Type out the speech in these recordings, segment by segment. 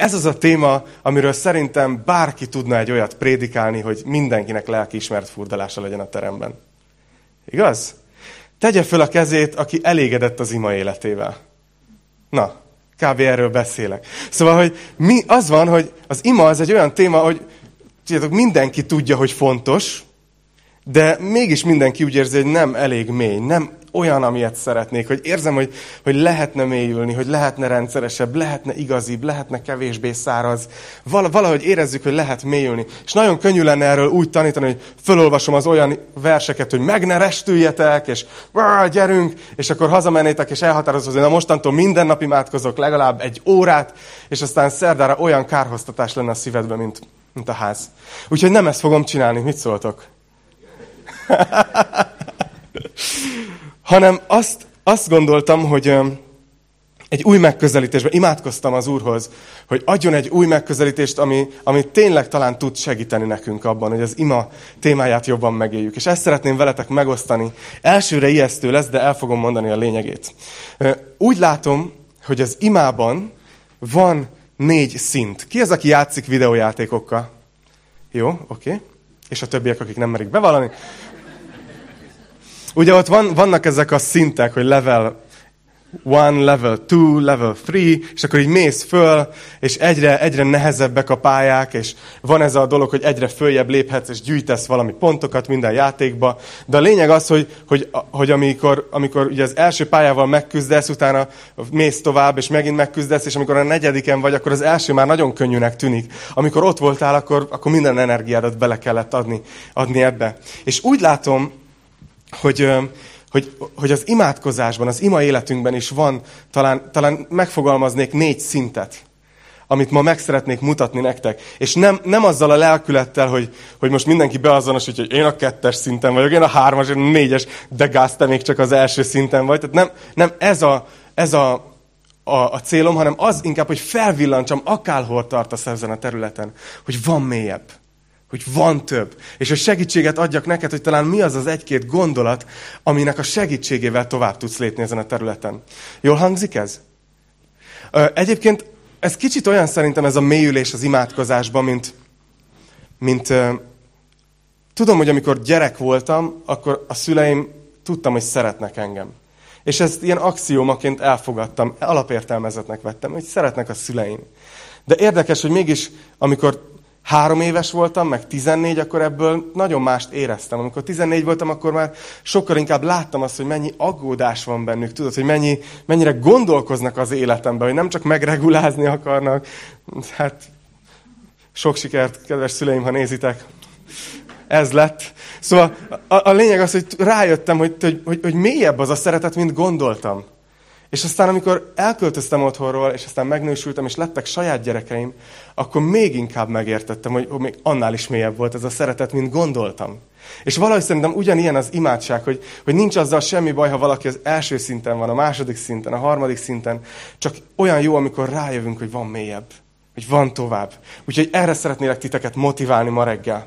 ez az a téma, amiről szerintem bárki tudna egy olyat prédikálni, hogy mindenkinek lelkiismeret furdalása legyen a teremben. Igaz? Tegye föl a kezét, aki elégedett az ima életével. Na, kb. Erről beszélek. Szóval, hogy az van, hogy az ima az egy olyan téma, hogy tudjátok, mindenki tudja, hogy fontos, de mégis mindenki úgy érzi, hogy nem elég mély, nem olyan, amilyet szeretnék, hogy érzem, hogy lehetne mélyülni, hogy lehetne rendszeresebb, lehetne igazibb, lehetne kevésbé száraz. Valahogy érezzük, hogy lehet mélyülni. És nagyon könnyű lenne erről úgy tanítani, hogy fölolvasom az olyan verseket, hogy meg ne restüljetek, és gyerünk, és akkor hazamennétek, és elhatározod, hogy na mostantól minden nap imádkozok legalább 1 órát, és aztán szerdára olyan kárhoztatás lenne a szívedben, mint a ház. Úgyhogy nem ezt fogom csinálni. Mit szóltok? Hanem azt gondoltam, hogy egy új megközelítésben imádkoztam az Úrhoz, hogy adjon egy új megközelítést, ami tényleg talán tud segíteni nekünk abban, hogy az ima témáját jobban megéljük. És ezt szeretném veletek megosztani. Elsőre ijesztő lesz, de el fogom mondani a lényegét. Úgy látom, hogy az imában van 4 szint. Ki az, aki játszik videójátékokkal? Jó, oké. És a többiek, akik nem merik bevallani. Ugye ott vannak ezek a szintek, hogy level 1, level 2, level 3, és akkor így mész föl, és egyre nehezebbek a pályák, és van ez a dolog, hogy egyre följebb léphetsz, és gyűjtesz valami pontokat minden játékba. De a lényeg az, hogy amikor ugye az első pályával megküzdesz, utána mész tovább, és megint megküzdesz, és amikor a 4. vagy, akkor az első már nagyon könnyűnek tűnik. Amikor ott voltál, akkor minden energiádat bele kellett adni ebbe. És úgy látom, hogy az imádkozásban, az ima életünkben is van, talán megfogalmaznék 4 szintet, amit ma meg szeretnék mutatni nektek. És nem azzal a lelkülettel, hogy most mindenki beazonosítja, hogy én a 2. szinten vagyok, én a 3, én a 4, de gáz, te még csak az első szinten vagy. Tehát nem ez a célom, hanem az inkább, hogy felvillantsam, akárhol tartasz ezen a területen, hogy van mélyebb. Hogy van több. És hogy segítséget adjak neked, hogy talán mi az az 1-2 gondolat, aminek a segítségével tovább tudsz lépni ezen a területen. Jól hangzik ez? Egyébként ez kicsit olyan szerintem ez a mélyülés az imádkozásban, mint tudom, hogy amikor gyerek voltam, akkor a szüleim tudtam, hogy szeretnek engem. És ezt ilyen axiómaként elfogadtam, alapértelmezetnek vettem, hogy szeretnek a szüleim. De érdekes, hogy mégis, amikor 3 éves voltam, meg 14, akkor ebből nagyon mást éreztem. Amikor 14 voltam, akkor már sokkal inkább láttam azt, hogy mennyi aggódás van bennük. Tudod, hogy mennyire gondolkoznak az életemben, hogy nem csak megregulázni akarnak. Hát, sok sikert, kedves szüleim, ha nézitek. Ez lett. Szóval a lényeg az, hogy rájöttem, hogy mélyebb az a szeretet, mint gondoltam. És aztán, amikor elköltöztem otthonról, és aztán megnősültem, és lettek saját gyerekeim, akkor még inkább megértettem, hogy még annál is mélyebb volt ez a szeretet, mint gondoltam. És valahogy szerintem ugyanilyen az imádság, hogy nincs azzal semmi baj, ha valaki az első szinten van, a 2. szinten, a 3. szinten, csak olyan jó, amikor rájövünk, hogy van mélyebb, hogy van tovább. Úgyhogy erre szeretnélek titeket motiválni ma reggel,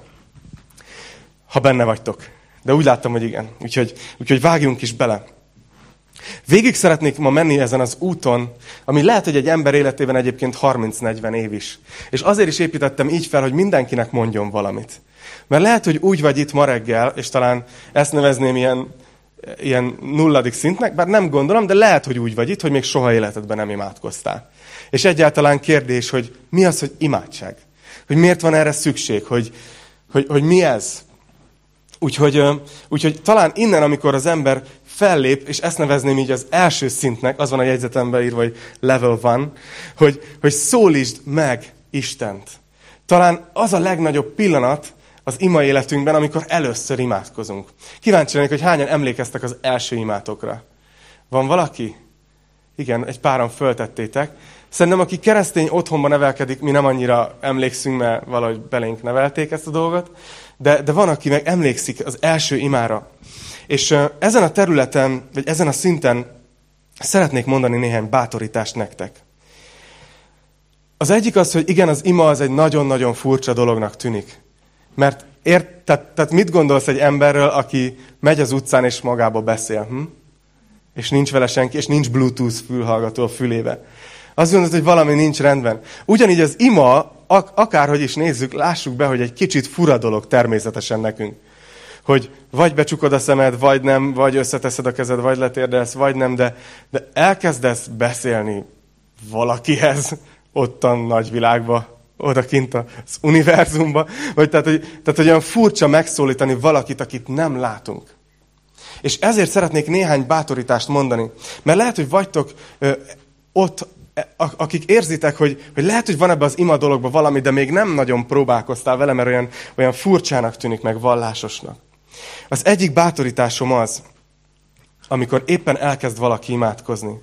ha benne vagytok. De úgy láttam, hogy igen. Úgyhogy vágjunk is bele. Végig szeretnék ma menni ezen az úton, ami lehet, hogy egy ember életében egyébként 30-40 év is. És azért is építettem így fel, hogy mindenkinek mondjon valamit. Mert lehet, hogy úgy vagy itt ma reggel, és talán ezt nevezném ilyen 0. szintnek, bár nem gondolom, de lehet, hogy úgy vagy itt, hogy még soha életedben nem imádkoztál. És egyáltalán kérdés, hogy mi az, hogy imádság? Hogy miért van erre szükség? Hogy mi ez? Úgyhogy talán innen, amikor az ember fellép, és ezt nevezném így az első szintnek, az van a jegyzetemben írva, hogy level 1, hogy szólítsd meg Istent. Talán az a legnagyobb pillanat az ima életünkben, amikor először imádkozunk. Kíváncsi lennék, hogy hányan emlékeztek az első imátokra. Van valaki? Igen, egy páran föltettétek. Szerintem, aki keresztény otthonban nevelkedik, mi nem annyira emlékszünk, mert valahogy belénk nevelték ezt a dolgot, de van, aki meg emlékszik az első imára. És ezen a területen, vagy ezen a szinten szeretnék mondani néhány bátorítást nektek. Az egyik az, hogy igen, az ima az egy nagyon-nagyon furcsa dolognak tűnik. Mert tehát mit gondolsz egy emberről, aki megy az utcán és magába beszél? És nincs vele senki, és nincs Bluetooth fülhallgató a fülébe. Azt gondolod, hogy valami nincs rendben. Ugyanígy az ima, akárhogy is nézzük, lássuk be, hogy egy kicsit fura dolog természetesen nekünk. Hogy vagy becsukod a szemed, vagy nem, vagy összeteszed a kezed, vagy letérdelsz, vagy nem, de elkezdesz beszélni valakihez ottan nagyvilágba, odakint az univerzumba, vagy tehát, hogy olyan furcsa megszólítani valakit, akit nem látunk. És ezért szeretnék néhány bátorítást mondani. Mert lehet, hogy vagytok ott, akik érzitek, hogy lehet, hogy van ebben az ima dologban valami, de még nem nagyon próbálkoztál vele, mert olyan furcsának tűnik meg, vallásosnak. Az egyik bátorításom az, amikor éppen elkezd valaki imádkozni,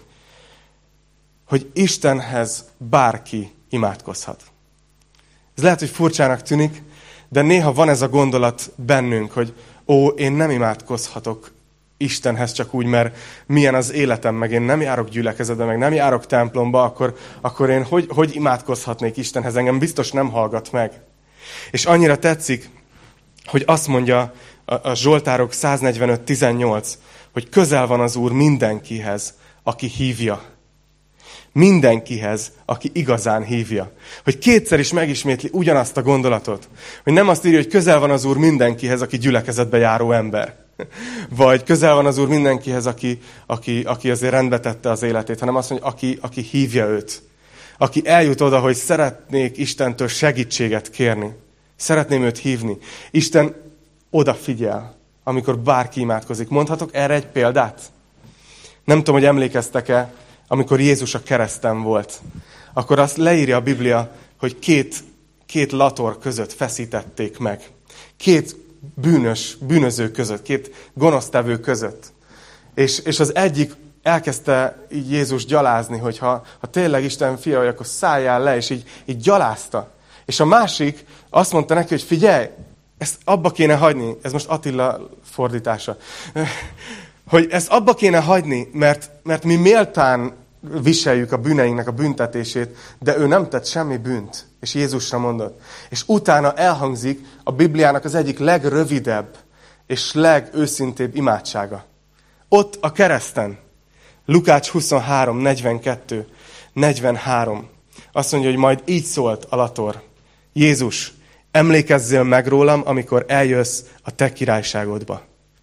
hogy Istenhez bárki imádkozhat. Ez lehet, hogy furcsának tűnik, de néha van ez a gondolat bennünk, hogy én nem imádkozhatok Istenhez csak úgy, mert milyen az életem, meg én nem járok gyülekezetbe, meg nem járok templomba, akkor én hogy imádkozhatnék Istenhez? Engem biztos nem hallgat meg. És annyira tetszik, hogy azt mondja a Zsoltárok 145:18, hogy közel van az Úr mindenkihez, aki hívja. Mindenkihez, aki igazán hívja. Hogy kétszer is megismétli ugyanazt a gondolatot. Hogy nem azt írja, hogy közel van az Úr mindenkihez, aki gyülekezetbe járó ember. Vagy közel van az Úr mindenkihez, aki azért rendbe tette az életét, hanem azt mondja, aki hívja őt. Aki eljut oda, hogy szeretnék Istentől segítséget kérni. Szeretném őt hívni. Isten odafigyel, amikor bárki imádkozik. Mondhatok erre egy példát? Nem tudom, hogy emlékeztek-e, amikor Jézus a kereszten volt. Akkor azt leírja a Biblia, hogy két lator között feszítették meg. Két bűnöző között, két gonosztevő között. És az egyik elkezdte így Jézus gyalázni, hogy ha tényleg Isten fia vagy, akkor szálljál le, és így gyalázta. És a másik azt mondta neki, hogy figyelj, ezt abba kéne hagyni, ez most Attila fordítása, hogy ezt abba kéne hagyni, mert mi méltán viseljük a bűneinknek a büntetését, de ő nem tett semmi bűnt. És Jézusra mondott. És utána elhangzik a Bibliának az egyik legrövidebb és legőszintébb imádsága. Ott a kereszten. Lukács 23, 42, 43. Azt mondja, hogy majd így szólt a lator. Jézus, emlékezzél meg rólam, amikor eljössz a te királyságodba.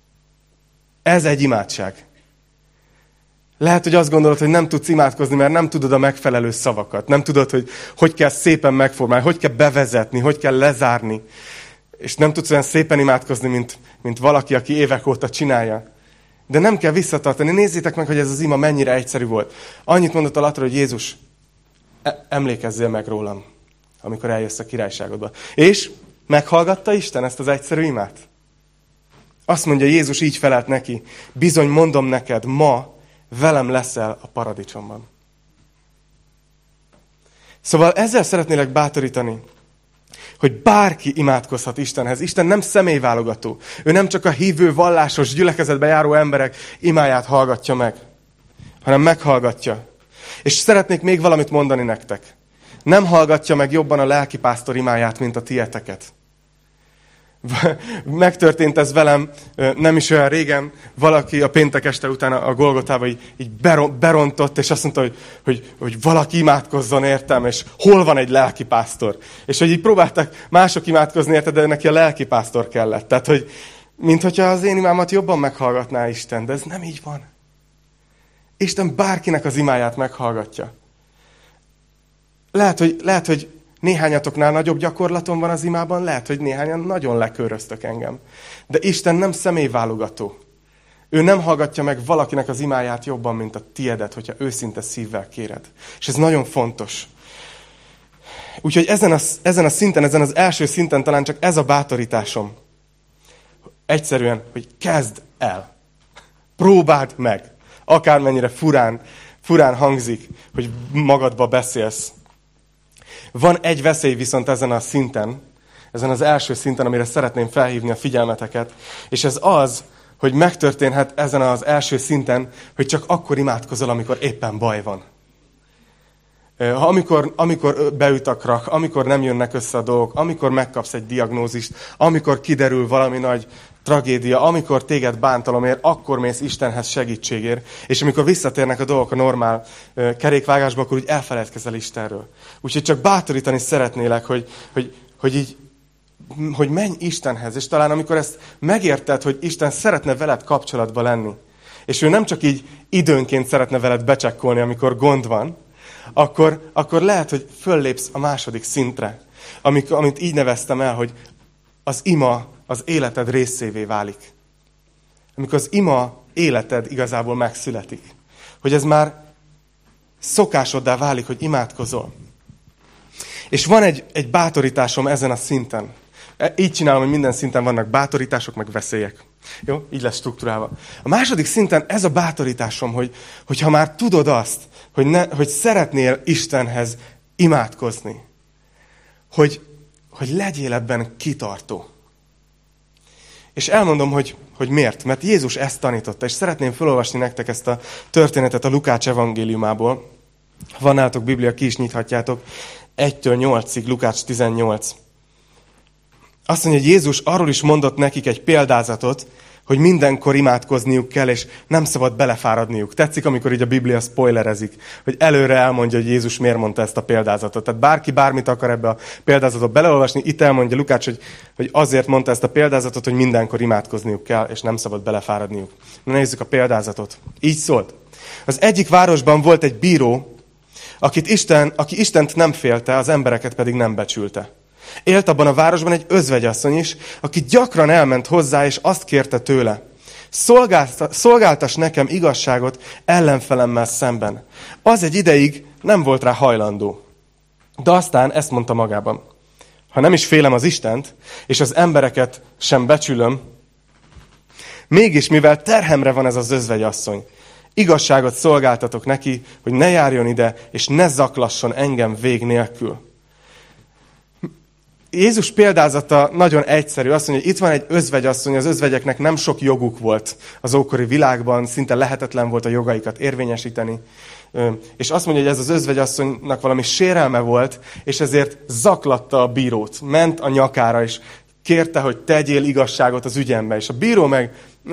Ez egy imádság. Lehet, hogy azt gondolod, hogy nem tudsz imádkozni, mert nem tudod a megfelelő szavakat. Nem tudod, hogy kell szépen megformálni, hogy kell bevezetni, hogy kell lezárni. És nem tudsz olyan szépen imádkozni, mint valaki, aki évek óta csinálja. De nem kell visszatartani. Nézzétek meg, hogy ez az ima mennyire egyszerű volt. Annyit mondott a lator, hogy Jézus, emlékezzél meg rólam, amikor eljössz a királyságodba. És meghallgatta Isten ezt az egyszerű imát? Azt mondja, Jézus így felelt neki, bizony mondom neked, ma velem leszel a paradicsomban. Szóval ezzel szeretnélek bátorítani, hogy bárki imádkozhat Istenhez. Isten nem személyválogató. Ő nem csak a hívő, vallásos, gyülekezetbe járó emberek imáját hallgatja meg, hanem meghallgatja. És szeretnék még valamit mondani nektek. Nem hallgatja meg jobban a lelkipásztor imáját, mint a tieteket. Megtörtént ez velem nem is olyan régen, valaki a péntek este után a Golgotába így berontott, és azt mondta, hogy valaki imádkozzon értem, és hol van egy lelkipásztor. És hogy így próbáltak mások imádkozni érte, de neki a lelkipásztor kellett. Tehát, hogy minthogyha az én imámat jobban meghallgatná Isten, de ez nem így van. Isten bárkinek az imáját meghallgatja. Lehet, hogy néhányatoknál nagyobb gyakorlatom van az imában, lehet, hogy néhányan nagyon leköröztök engem. De Isten nem személyválogató. Ő nem hallgatja meg valakinek az imáját jobban, mint a tiedet, hogyha őszinte szívvel kéred. És ez nagyon fontos. Úgyhogy ezen a szinten, ezen az első szinten talán csak ez a bátorításom. Egyszerűen, hogy kezd el. Próbáld meg. Akármennyire furán hangzik, hogy magadba beszélsz. Van egy veszély viszont ezen a szinten, ezen az első szinten, amire szeretném felhívni a figyelmeteket, és ez az, hogy megtörténhet ezen az első szinten, hogy csak akkor imádkozol, amikor éppen baj van. Amikor beüt a krak, amikor nem jönnek össze a dolgok, amikor megkapsz egy diagnózist, amikor kiderül valami nagy tragédia, amikor téged bántalom ér, akkor mész Istenhez segítségért. És amikor visszatérnek a dolgok a normál kerékvágásba, akkor úgy elfeledkezel Istenről. Úgyhogy csak bátorítani szeretnélek, hogy menj Istenhez. És talán amikor ezt megérted, hogy Isten szeretne veled kapcsolatba lenni, és ő nem csak így időnként szeretne veled becsekkolni, amikor gond van, akkor lehet, hogy föllépsz a második szintre, amit így neveztem el, hogy az ima az életed részévé válik. Amikor az ima életed igazából megszületik. Hogy ez már szokásoddá válik, hogy imádkozol. És van egy bátorításom ezen a szinten. Így csinálom, hogy minden szinten vannak bátorítások, meg veszélyek. Jó? Így lesz struktúrálva. A második szinten ez a bátorításom, hogy ha már tudod azt, hogy szeretnél Istenhez imádkozni, hogy legyél ebben kitartó. És elmondom, hogy miért. Mert Jézus ezt tanította, és szeretném felolvasni nektek ezt a történetet a Lukács evangéliumából. Ha van nálatok Biblia, ki is nyithatjátok. 1-től 8-ig, Lukács 18. Azt mondja, hogy Jézus arról is mondott nekik egy példázatot, hogy mindenkor imádkozniuk kell, és nem szabad belefáradniuk. Tetszik, amikor így a Biblia spoilerezik, hogy előre elmondja, hogy Jézus miért mondta ezt a példázatot. Tehát bárki bármit akar ebbe a példázatot beleolvasni, itt elmondja Lukács, hogy azért mondta ezt a példázatot, hogy mindenkor imádkozniuk kell, és nem szabad belefáradniuk. Na nézzük a példázatot. Így szólt. Az egyik városban volt egy bíró, aki Istent nem félte, az embereket pedig nem becsülte. Élt abban a városban egy özvegyasszony is, aki gyakran elment hozzá, és azt kérte tőle: szolgáltass nekem igazságot ellenfelemmel szemben. Az egy ideig nem volt rá hajlandó. De aztán ezt mondta magában: ha nem is félem az Istent, és az embereket sem becsülöm, mégis mivel terhemre van ez az özvegyasszony, igazságot szolgáltatok neki, hogy ne járjon ide, és ne zaklasson engem vég nélkül. Jézus példázata nagyon egyszerű. Azt mondja, hogy itt van egy özvegyasszony, az özvegyeknek nem sok joguk volt az ókori világban, szinte lehetetlen volt a jogaikat érvényesíteni. És azt mondja, hogy ez az özvegyasszonynak valami sérelme volt, és ezért zaklatta a bírót. Ment a nyakára, és kérte, hogy tegyél igazságot az ügyembe. És a bíró meg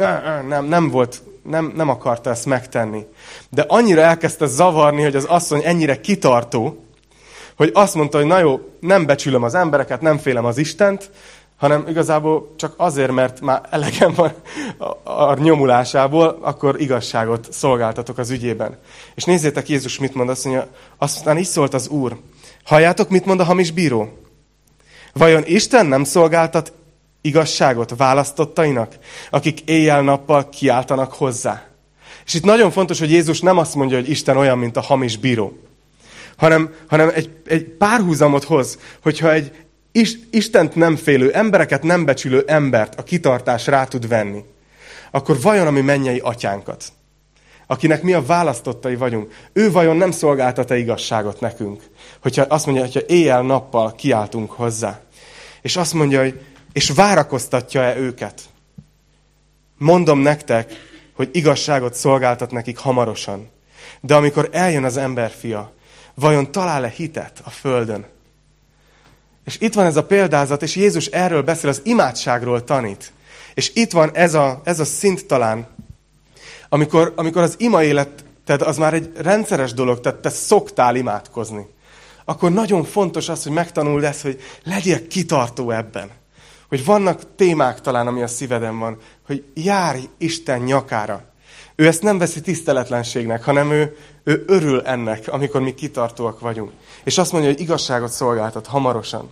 nem akarta ezt megtenni. De annyira elkezdte zavarni, hogy az asszony ennyire kitartó, hogy azt mondta, hogy na jó, nem becsülöm az embereket, nem félem az Istent, hanem igazából csak azért, mert már elegem van a nyomulásából, akkor igazságot szolgáltatok az ügyében. És nézzétek, Jézus mit mond, azt mondja, aztán így szólt az Úr: halljátok, mit mond a hamis bíró? Vajon Isten nem szolgáltat igazságot választottainak, akik éjjel-nappal kiáltanak hozzá? És itt nagyon fontos, hogy Jézus nem azt mondja, hogy Isten olyan, mint a hamis bíró, hanem egy párhuzamot hoz, hogyha egy Istent nem félő, embereket nem becsülő embert a kitartás rá tud venni, akkor vajon a mi mennyei atyánkat, akinek mi a választottai vagyunk, ő vajon nem szolgáltat-e igazságot nekünk? Hogyha azt mondja, hogyha éjjel-nappal kiáltunk hozzá. És azt mondja, hogy és várakoztatja-e őket? Mondom nektek, hogy igazságot szolgáltat nekik hamarosan. De amikor eljön az emberfia, vajon talál-e hitet a földön? És itt van ez a példázat, és Jézus erről beszél, az imádságról tanít. És itt van ez a szint talán, amikor az ima életed az már egy rendszeres dolog, tehát te szoktál imádkozni. Akkor nagyon fontos az, hogy megtanuld ezt, hogy legyél kitartó ebben. Hogy vannak témák talán, ami a szíveden van, hogy járj Isten nyakára. Ő ezt nem veszi tiszteletlenségnek, hanem ő örül ennek, amikor mi kitartóak vagyunk. És azt mondja, hogy igazságot szolgáltat hamarosan.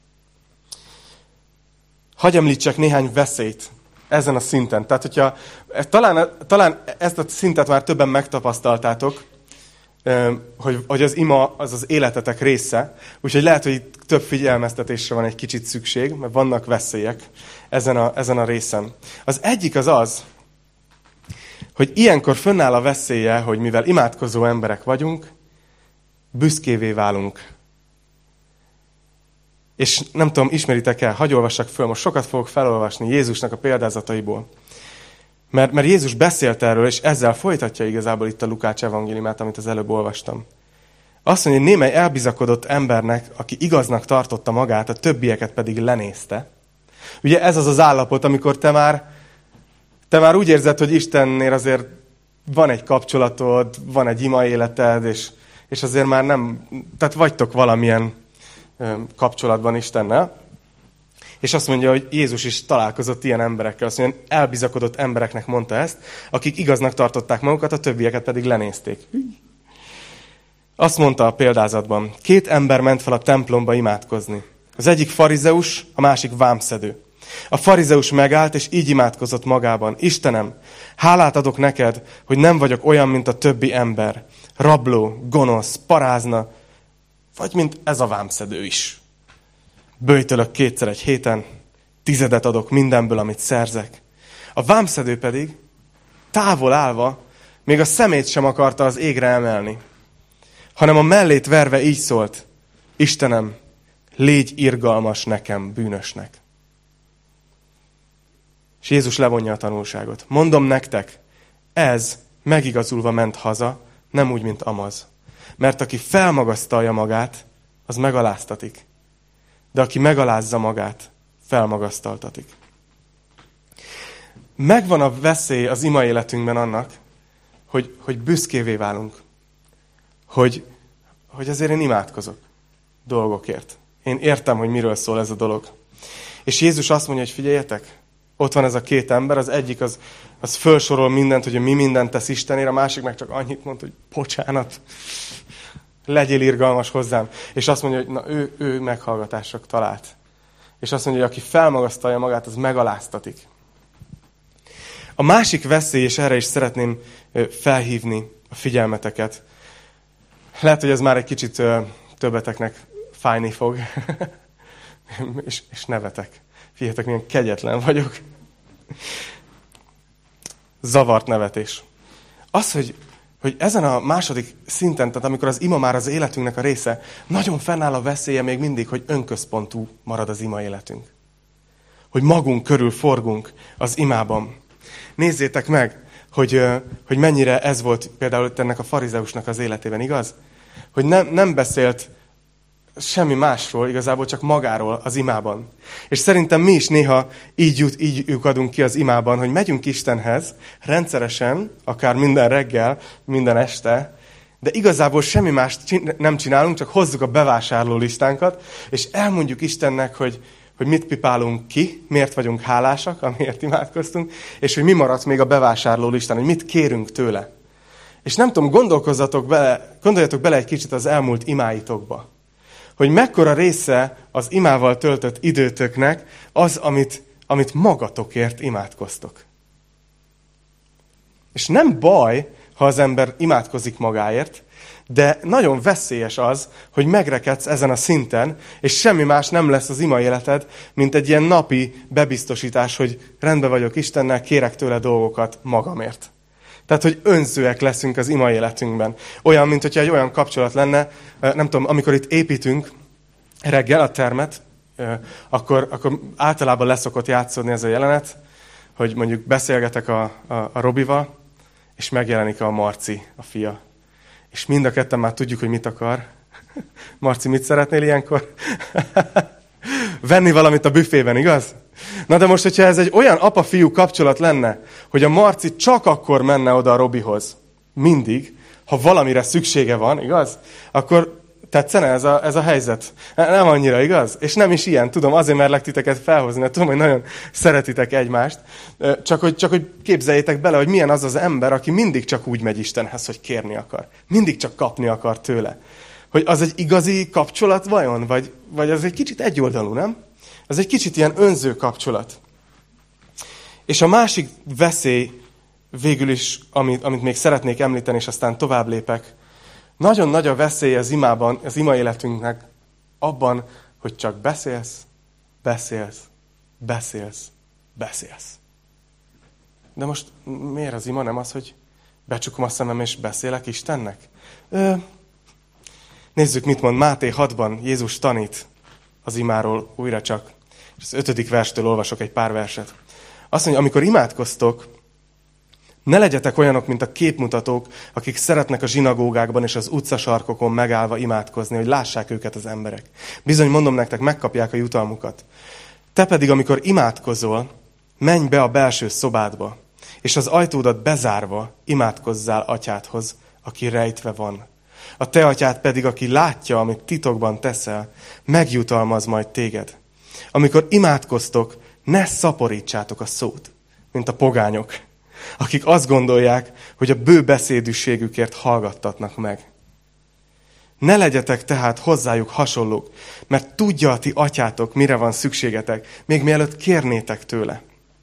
Hadd említsek néhány veszélyt ezen a szinten. Tehát, hogyha talán ezt a szintet már többen megtapasztaltátok, hogy az ima az életetek része, úgyhogy lehet, hogy itt több figyelmeztetésre van egy kicsit szükség, mert vannak veszélyek ezen a részen. Az egyik az, hogy ilyenkor fönnáll a veszélye, hogy mivel imádkozó emberek vagyunk, büszkévé válunk. És nem tudom, ismeritek el, hadd olvassak föl, most sokat fogok felolvasni Jézusnak a példázataiból. Mert Jézus beszélt erről, és ezzel folytatja igazából itt a Lukács evangéliumát, amit az előbb olvastam. Azt mondja, hogy némely elbizakodott embernek, aki igaznak tartotta magát, a többieket pedig lenézte. Ugye ez az az állapot, amikor te már úgy érzed, hogy Istennél azért van egy kapcsolatod, van egy ima életed, és azért már nem, tehát vagytok valamilyen kapcsolatban Istennel. És azt mondja, hogy Jézus is találkozott ilyen emberekkel. Azt mondja, elbizakodott embereknek mondta ezt, akik igaznak tartották magukat, a többieket pedig lenézték. Azt mondta a példázatban, 2 ember ment fel a templomba imádkozni. Az egyik farizeus, a másik vámszedő. A farizeus megállt, és így imádkozott magában. Istenem, hálát adok neked, hogy nem vagyok olyan, mint a többi ember. Rabló, gonosz, parázna, vagy mint ez a vámszedő is. Böjtölök 2-szer egy héten, 10 adok mindenből, amit szerzek. A vámszedő pedig, távol állva, még a szemét sem akarta az égre emelni, hanem a mellét verve így szólt, Istenem, légy irgalmas nekem, bűnösnek. És Jézus levonja a tanulságot. Mondom nektek, ez megigazulva ment haza, nem úgy, mint Amaz. Mert aki felmagasztalja magát, az megaláztatik. De aki megalázza magát, felmagasztaltatik. Megvan a veszély az ima életünkben annak, hogy büszkévé válunk. Hogy azért én imádkozok dolgokért. Én értem, hogy miről szól ez a dolog. És Jézus azt mondja, hogy figyeljetek, ott van ez a 2 ember, az egyik az felsorol mindent, hogy mi mindent tesz Istenért, a másik meg csak annyit mond, hogy bocsánat, legyél irgalmas hozzám. És azt mondja, hogy na, ő meghallgatásra talált. És azt mondja, hogy aki felmagasztalja magát, az megaláztatik. A másik veszély, és erre is szeretném felhívni a figyelmeteket. Lehet, hogy ez már egy kicsit többeteknek fájni fog. és nevetek. Figyeljetek, milyen kegyetlen vagyok. Zavart nevetés. Az, hogy ezen a második szinten, tehát amikor az ima már az életünknek a része, nagyon fennáll a veszélye még mindig, hogy önközpontú marad az ima életünk. Hogy magunk körül forgunk az imában. Nézzétek meg, hogy mennyire ez volt például ennek a farizeusnak az életében, igaz? Hogy nem beszélt semmi másról, igazából csak magáról az imában. És szerintem mi is néha így lyukadunk ki az imában, hogy megyünk Istenhez rendszeresen, akár minden reggel, minden este, de igazából semmi mást nem csinálunk, csak hozzuk a bevásárló listánkat, és elmondjuk Istennek, hogy mit pipálunk ki, miért vagyunk hálásak, amiért imádkoztunk, és hogy mi maradt még a bevásárló listán, hogy mit kérünk tőle. És nem tudom, gondoljatok bele egy kicsit az elmúlt imáitokba. Hogy mekkora része az imával töltött időtöknek az, amit magatokért imádkoztok. És nem baj, ha az ember imádkozik magáért, de nagyon veszélyes az, hogy megrekedsz ezen a szinten, és semmi más nem lesz az ima életed, mint egy ilyen napi bebiztosítás, hogy rendben vagyok Istennel, kérek tőle dolgokat magamért. Tehát, hogy önzőek leszünk az ima életünkben. Olyan, mint hogyha egy olyan kapcsolat lenne, nem tudom, amikor itt építünk reggel a termet, akkor általában leszokott játszódni ez a jelenet, hogy mondjuk beszélgetek a Robival, és megjelenik a Marci, a fia. És mind a ketten már tudjuk, hogy mit akar. Marci, mit szeretnél ilyenkor? Venni valamit a büfében, igaz? Na de most, hogyha ez egy olyan apa-fiú kapcsolat lenne, hogy a Marci csak akkor menne oda a Robihoz, mindig, ha valamire szüksége van, igaz? Akkor tetszene ez a helyzet? Nem annyira, igaz? És nem is ilyen, tudom, azért merlek titeket felhozni, mert tudom, hogy nagyon szeretitek egymást. Csak hogy képzeljétek bele, hogy milyen az az ember, aki mindig csak úgy megy Istenhez, hogy kérni akar. Mindig csak kapni akar tőle. Hogy az egy igazi kapcsolat vajon? Vagy az egy kicsit egyoldalú, nem? Az egy kicsit ilyen önző kapcsolat. És a másik veszély végül is, amit még szeretnék említeni, és aztán tovább lépek, nagyon nagy a veszély az imában, az ima életünknek abban, hogy csak beszélsz. De most miért az ima nem az, hogy becsukom a szemem és beszélek Istennek? Nézzük, mit mond Máté 6-ban. Jézus tanít az imáról újra csak. És az 5. verstől olvasok egy pár verset. Azt mondja, amikor imádkoztok, Ne legyetek olyanok, mint a képmutatók, akik szeretnek a zsinagógákban és az utcasarkokon megállva imádkozni, hogy lássák őket az emberek. Bizony mondom nektek, megkapják a jutalmukat. Te pedig, amikor imádkozol, menj be a belső szobádba, és az ajtódat bezárva imádkozzál atyádhoz, aki rejtve van. A te atyád pedig, aki látja, amit titokban teszel, megjutalmaz majd téged. Amikor imádkoztok, ne szaporítsátok a szót, mint a pogányok, akik azt gondolják, hogy a bő beszédűségükért hallgattatnak meg. Ne legyetek tehát hozzájuk hasonlók, mert tudja a ti atyátok, mire van szükségetek, még mielőtt kérnétek tőle.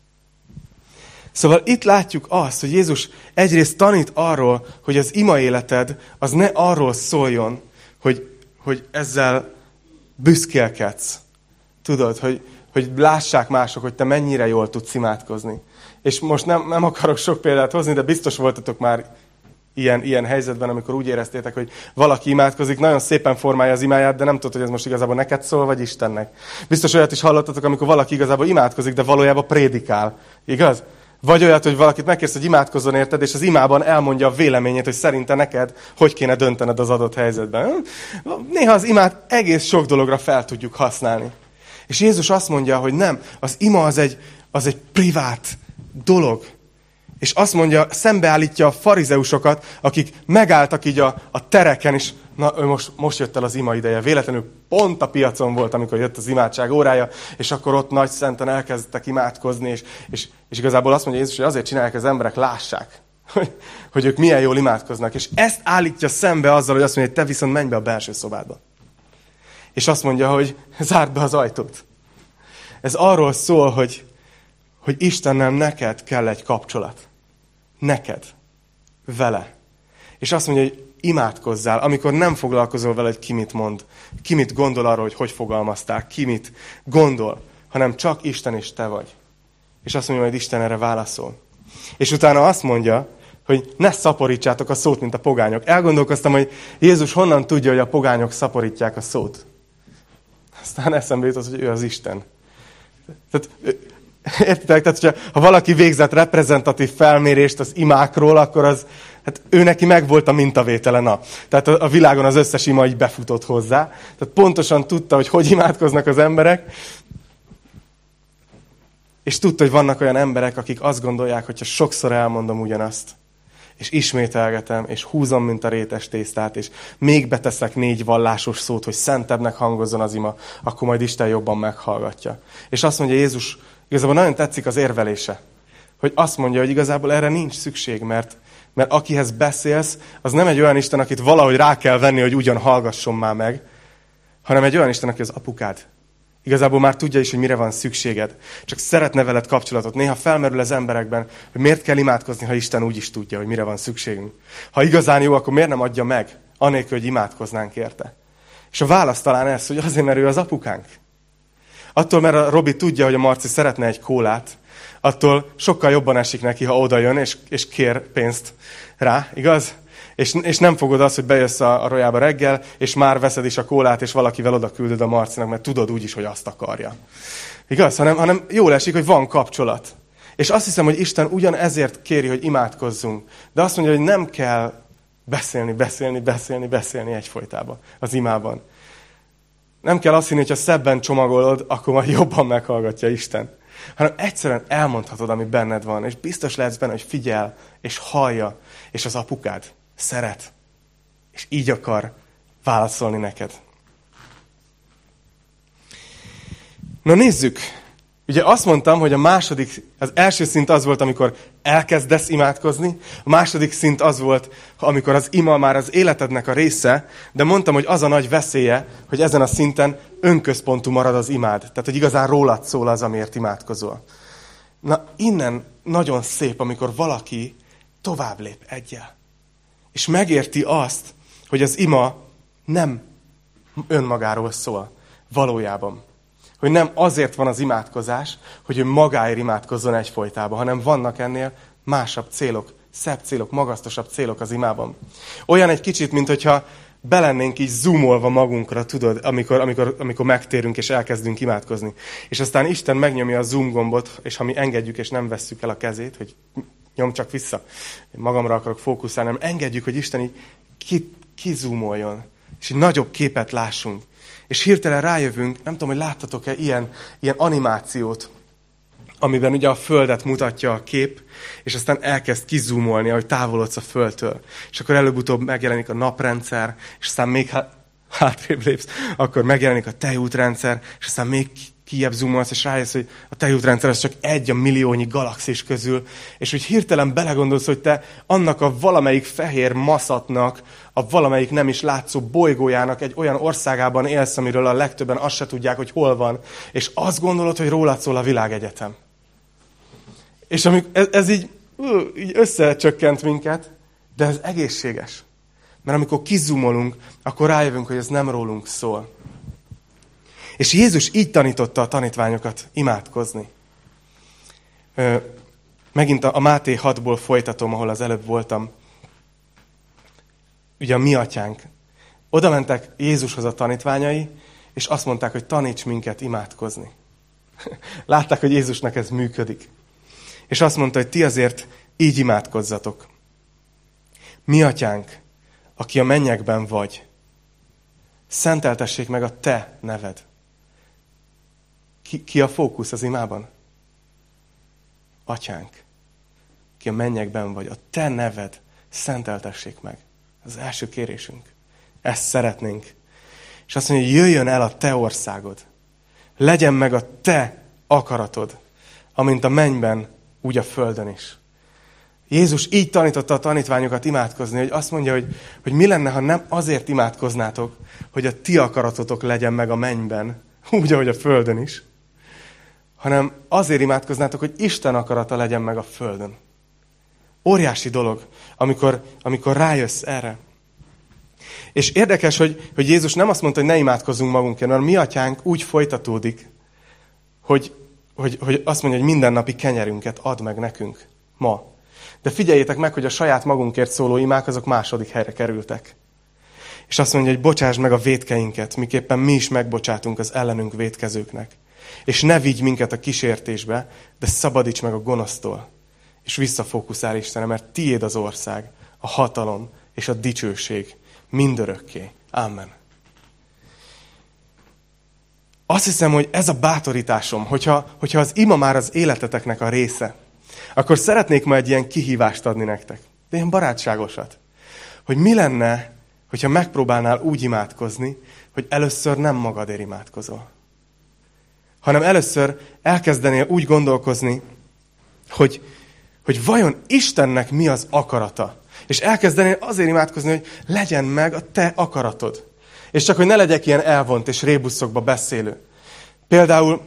Szóval itt látjuk azt, hogy Jézus egyrészt tanít arról, hogy az ima életed az ne arról szóljon, hogy ezzel büszkélkedsz. Tudod, hogy lássák mások, hogy te mennyire jól tudsz imádkozni. És most nem akarok sok példát hozni, de biztos voltatok már ilyen helyzetben, amikor úgy éreztétek, hogy valaki imádkozik, nagyon szépen formálja az imáját, de nem tudod, hogy ez most igazából neked szól, vagy Istennek. Biztos olyat is hallottatok, amikor valaki igazából imádkozik, de valójában prédikál. Igaz? Vagy olyat, hogy valakit megkérsz, hogy imádkozzon érted, és az imában elmondja a véleményét, hogy szerinte neked hogy kéne döntened az adott helyzetben. Néha az imát egész sok dologra fel tudjuk használni. És Jézus azt mondja, hogy nem, az ima az egy privát dolog. És azt mondja, szembeállítja a farizeusokat, akik megálltak így a tereken, és na, most jött el az ima ideje. Véletlenül pont a piacon volt, amikor jött az imádság órája, és akkor ott nagy szenten elkezdtek imádkozni, és igazából azt mondja Jézus, hogy azért csinálják, az emberek lássák, hogy ők milyen jól imádkoznak. És ezt állítja szembe azzal, hogy azt mondja, hogy te viszont menj be a belső szobádba. És azt mondja, hogy zárd be az ajtót. Ez arról szól, hogy Istennel neked kell egy kapcsolat. Neked. Vele. És azt mondja, hogy imádkozzál, amikor nem foglalkozol vele, hogy ki mit mond, ki mit gondol arról, hogy fogalmazták, ki mit gondol, hanem csak Isten és te vagy. És azt mondja, hogy Isten erre válaszol. És utána azt mondja, hogy ne szaporítsátok a szót, mint a pogányok. Elgondolkoztam, hogy Jézus honnan tudja, hogy a pogányok szaporítják a szót. Aztán eszembe jutott, hogy ő az Isten. Tehát, értitek? Tehát, ha valaki végzett reprezentatív felmérést az imákról, akkor az, hát ő neki megvolt a mintavétele. Na. Tehát a világon az összes ima így befutott hozzá. Tehát pontosan tudta, hogy imádkoznak az emberek. És tudta, hogy vannak olyan emberek, akik azt gondolják, hogyha sokszor elmondom ugyanazt, és ismételgetem, és húzom, mint a rétes tésztát, és még beteszek 4 vallásos szót, hogy szentebbnek hangozzon az ima, akkor majd Isten jobban meghallgatja. És azt mondja Jézus, igazából nagyon tetszik az érvelése, hogy azt mondja, hogy igazából erre nincs szükség, mert akihez beszélsz, az nem egy olyan Isten, akit valahogy rá kell venni, hogy ugyan hallgasson már meg, hanem egy olyan Isten, aki az apukád. Igazából már tudja is, hogy mire van szükséged. Csak szeretne veled kapcsolatot. Néha felmerül az emberekben, hogy miért kell imádkozni, ha Isten úgy is tudja, hogy mire van szükségünk. Ha igazán jó, akkor miért nem adja meg, anélkül, hogy imádkoznánk érte. És a válasz talán ez, hogy azért, mert ő az apukánk. Attól, mert a Robi tudja, hogy a Marci szeretne egy kólát, attól sokkal jobban esik neki, ha oda jön, és kér pénzt rá, igaz? És nem fogod azt, hogy bejössz a rojába reggel, és már veszed is a kólát, és valakivel oda küldöd a Marcinak, mert tudod úgyis, hogy azt akarja. Igaz? Hanem jól esik, hogy van kapcsolat. És azt hiszem, hogy Isten ugyan ezért kéri, hogy imádkozzunk. De azt mondja, hogy nem kell beszélni egyfolytában az imában. Nem kell azt hinni, hogy ha szebben csomagolod, akkor majd jobban meghallgatja Isten. Hanem egyszerűen elmondhatod, ami benned van, és biztos lehetsz benne, hogy figyel, és hallja, és az apukád szeret, és így akar válaszolni neked. Na nézzük. Ugye azt mondtam, hogy az első szint az volt, amikor elkezdesz imádkozni, a második szint az volt, amikor az ima már az életednek a része, de mondtam, hogy az a nagy veszélye, hogy ezen a szinten önközpontú marad az imád. Tehát, hogy igazán rólad szól az, amiért imádkozol. Na, innen nagyon szép, amikor valaki tovább lép egyel. És megérti azt, hogy az ima nem önmagáról szól valójában. Hogy nem azért van az imádkozás, hogy ő magáért imádkozzon egyfolytában, hanem vannak ennél másabb célok, szebb célok, magasztosabb célok az imában. Olyan egy kicsit, mint hogyha belennénk így zoomolva magunkra, tudod, amikor megtérünk és elkezdünk imádkozni. És aztán Isten megnyomja a zoom gombot, és ha mi engedjük és nem vesszük el a kezét, hogy nyom csak vissza. Én magamra akarok fókuszálni, hanem engedjük, hogy Isten így kizúmoljon, és egy nagyobb képet lássunk. És hirtelen rájövünk, nem tudom, hogy láttatok-e ilyen animációt, amiben ugye a Földet mutatja a kép, és aztán elkezd kizúmolni, ahogy távolodsz a Földtől. És akkor előbb-utóbb megjelenik a naprendszer, és aztán még hátrébb lépsz, akkor megjelenik a tejútrendszer, és aztán még kijebb zoomolsz, és rájössz, hogy a tejútrendszer az csak egy a milliónyi galaxis közül, és hogy hirtelen belegondolsz, hogy te annak a valamelyik fehér maszatnak, a valamelyik nem is látszó bolygójának egy olyan országában élsz, amiről a legtöbben azt se tudják, hogy hol van, és azt gondolod, hogy rólad szól a világegyetem. És ez így összecsökkent minket, de ez egészséges. Mert amikor kizumolunk, akkor rájövünk, hogy ez nem rólunk szól. És Jézus így tanította a tanítványokat imádkozni. Megint a Máté 6-ból folytatom, ahol az előbb voltam. Ugye a mi atyánk. Oda mentek Jézushoz a tanítványai, és azt mondták, hogy taníts minket imádkozni. Látták, hogy Jézusnak ez működik. És azt mondta, hogy ti azért így imádkozzatok. Mi atyánk, aki a mennyekben vagy, szenteltessék meg a te neved. Ki a fókusz az imában? Atyánk, ki a mennyekben vagy, a te neved szenteltessék meg. Ez az első kérésünk. Ezt szeretnénk. És azt mondja, hogy jöjjön el a te országod. Legyen meg a te akaratod, amint a mennyben, úgy a földön is. Jézus így tanította a tanítványokat imádkozni, hogy azt mondja, hogy mi lenne, ha nem azért imádkoznátok, hogy a ti akaratotok legyen meg a mennyben, úgy, ahogy a földön is, hanem azért imádkoznátok, hogy Isten akarata legyen meg a földön. Óriási dolog, amikor rájössz erre. És érdekes, hogy Jézus nem azt mondta, hogy ne imádkozzunk magunkért, mert a mi atyánk úgy folytatódik, hogy azt mondja, hogy mindennapi kenyerünket add meg nekünk ma. De figyeljétek meg, hogy a saját magunkért szóló imák azok második helyre kerültek. És azt mondja, hogy bocsásd meg a vétkeinket, miképpen mi is megbocsátunk az ellenünk vétkezőknek. És ne vigy minket a kísértésbe, de szabadíts meg a gonosztól. És visszafókuszál Istenem, mert tiéd az ország, a hatalom és a dicsőség mindörökké. Amen. Azt hiszem, hogy ez a bátorításom, hogyha az ima már az életeteknek a része, akkor szeretnék ma egy ilyen kihívást adni nektek. De ilyen barátságosat. Hogy mi lenne, hogyha megpróbálnál úgy imádkozni, hogy először nem magadért imádkozol. Hanem először elkezdenél úgy gondolkozni, hogy vajon Istennek mi az akarata. És elkezdenél azért imádkozni, hogy legyen meg a te akaratod. És csak, hogy ne legyek ilyen elvont és rébuszokba beszélő. Például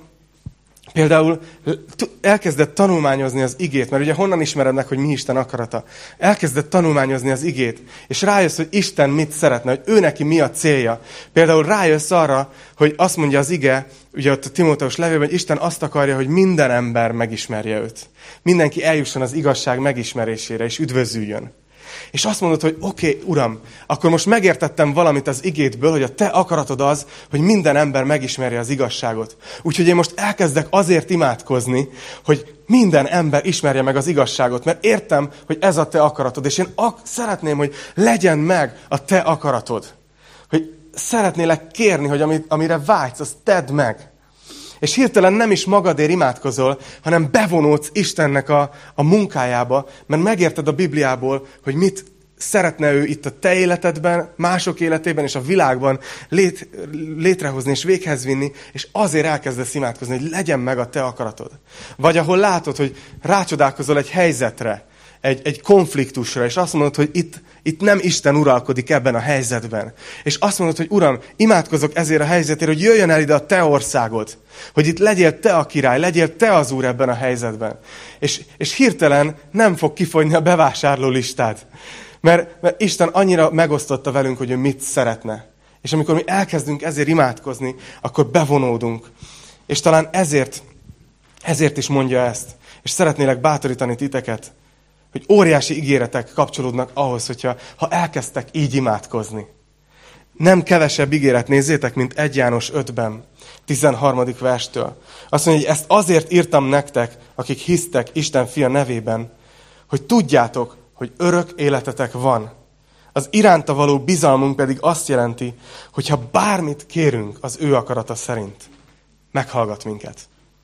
elkezdett tanulmányozni az igét, mert ugye honnan ismered meg, hogy mi Isten akarata? Elkezdett tanulmányozni az igét, és rájössz, hogy Isten mit szeretne, hogy ő neki mi a célja. Például rájössz arra, hogy azt mondja az ige, ugye ott a Timóteus levélben, hogy Isten azt akarja, hogy minden ember megismerje őt. Mindenki eljusson az igazság megismerésére, és üdvözüljön. És azt mondod, hogy oké, Uram, akkor most megértettem valamit az igétből, hogy a te akaratod az, hogy minden ember megismerje az igazságot. Úgyhogy én most elkezdek azért imádkozni, hogy minden ember ismerje meg az igazságot, mert értem, hogy ez a te akaratod, és én szeretném, hogy legyen meg a te akaratod. Hogy szeretnélek kérni, hogy amire vágysz, azt tedd meg. És hirtelen nem is magadért imádkozol, hanem bevonódsz Istennek a munkájába, mert megérted a Bibliából, hogy mit szeretne ő itt a te életedben, mások életében és a világban létrehozni és véghez vinni, és azért elkezdesz imádkozni, hogy legyen meg a te akaratod. Vagy ahol látod, hogy rácsodálkozol egy helyzetre, egy konfliktusra, és azt mondod, hogy itt nem Isten uralkodik ebben a helyzetben. És azt mondod, hogy Uram, imádkozok ezért a helyzetért, hogy jöjjön el ide a te országod. Hogy itt legyél te a király, legyél te az úr ebben a helyzetben. És hirtelen nem fog kifogyni a bevásárló listád. Mert Isten annyira megosztotta velünk, hogy ő mit szeretne. És amikor mi elkezdünk ezért imádkozni, akkor bevonódunk. És talán ezért is mondja ezt. És szeretnélek bátorítani titeket, hogy óriási ígéretek kapcsolódnak ahhoz, ha elkezdtek így imádkozni. Nem kevesebb ígéret, nézzétek, mint 1 János 5-ben, 13. verstől. Azt mondja, hogy ezt azért írtam nektek, akik hisztek Isten fia nevében, hogy tudjátok, hogy örök életetek van. Az iránta való bizalmunk pedig azt jelenti, hogy ha bármit kérünk az ő akarata szerint, meghallgat minket.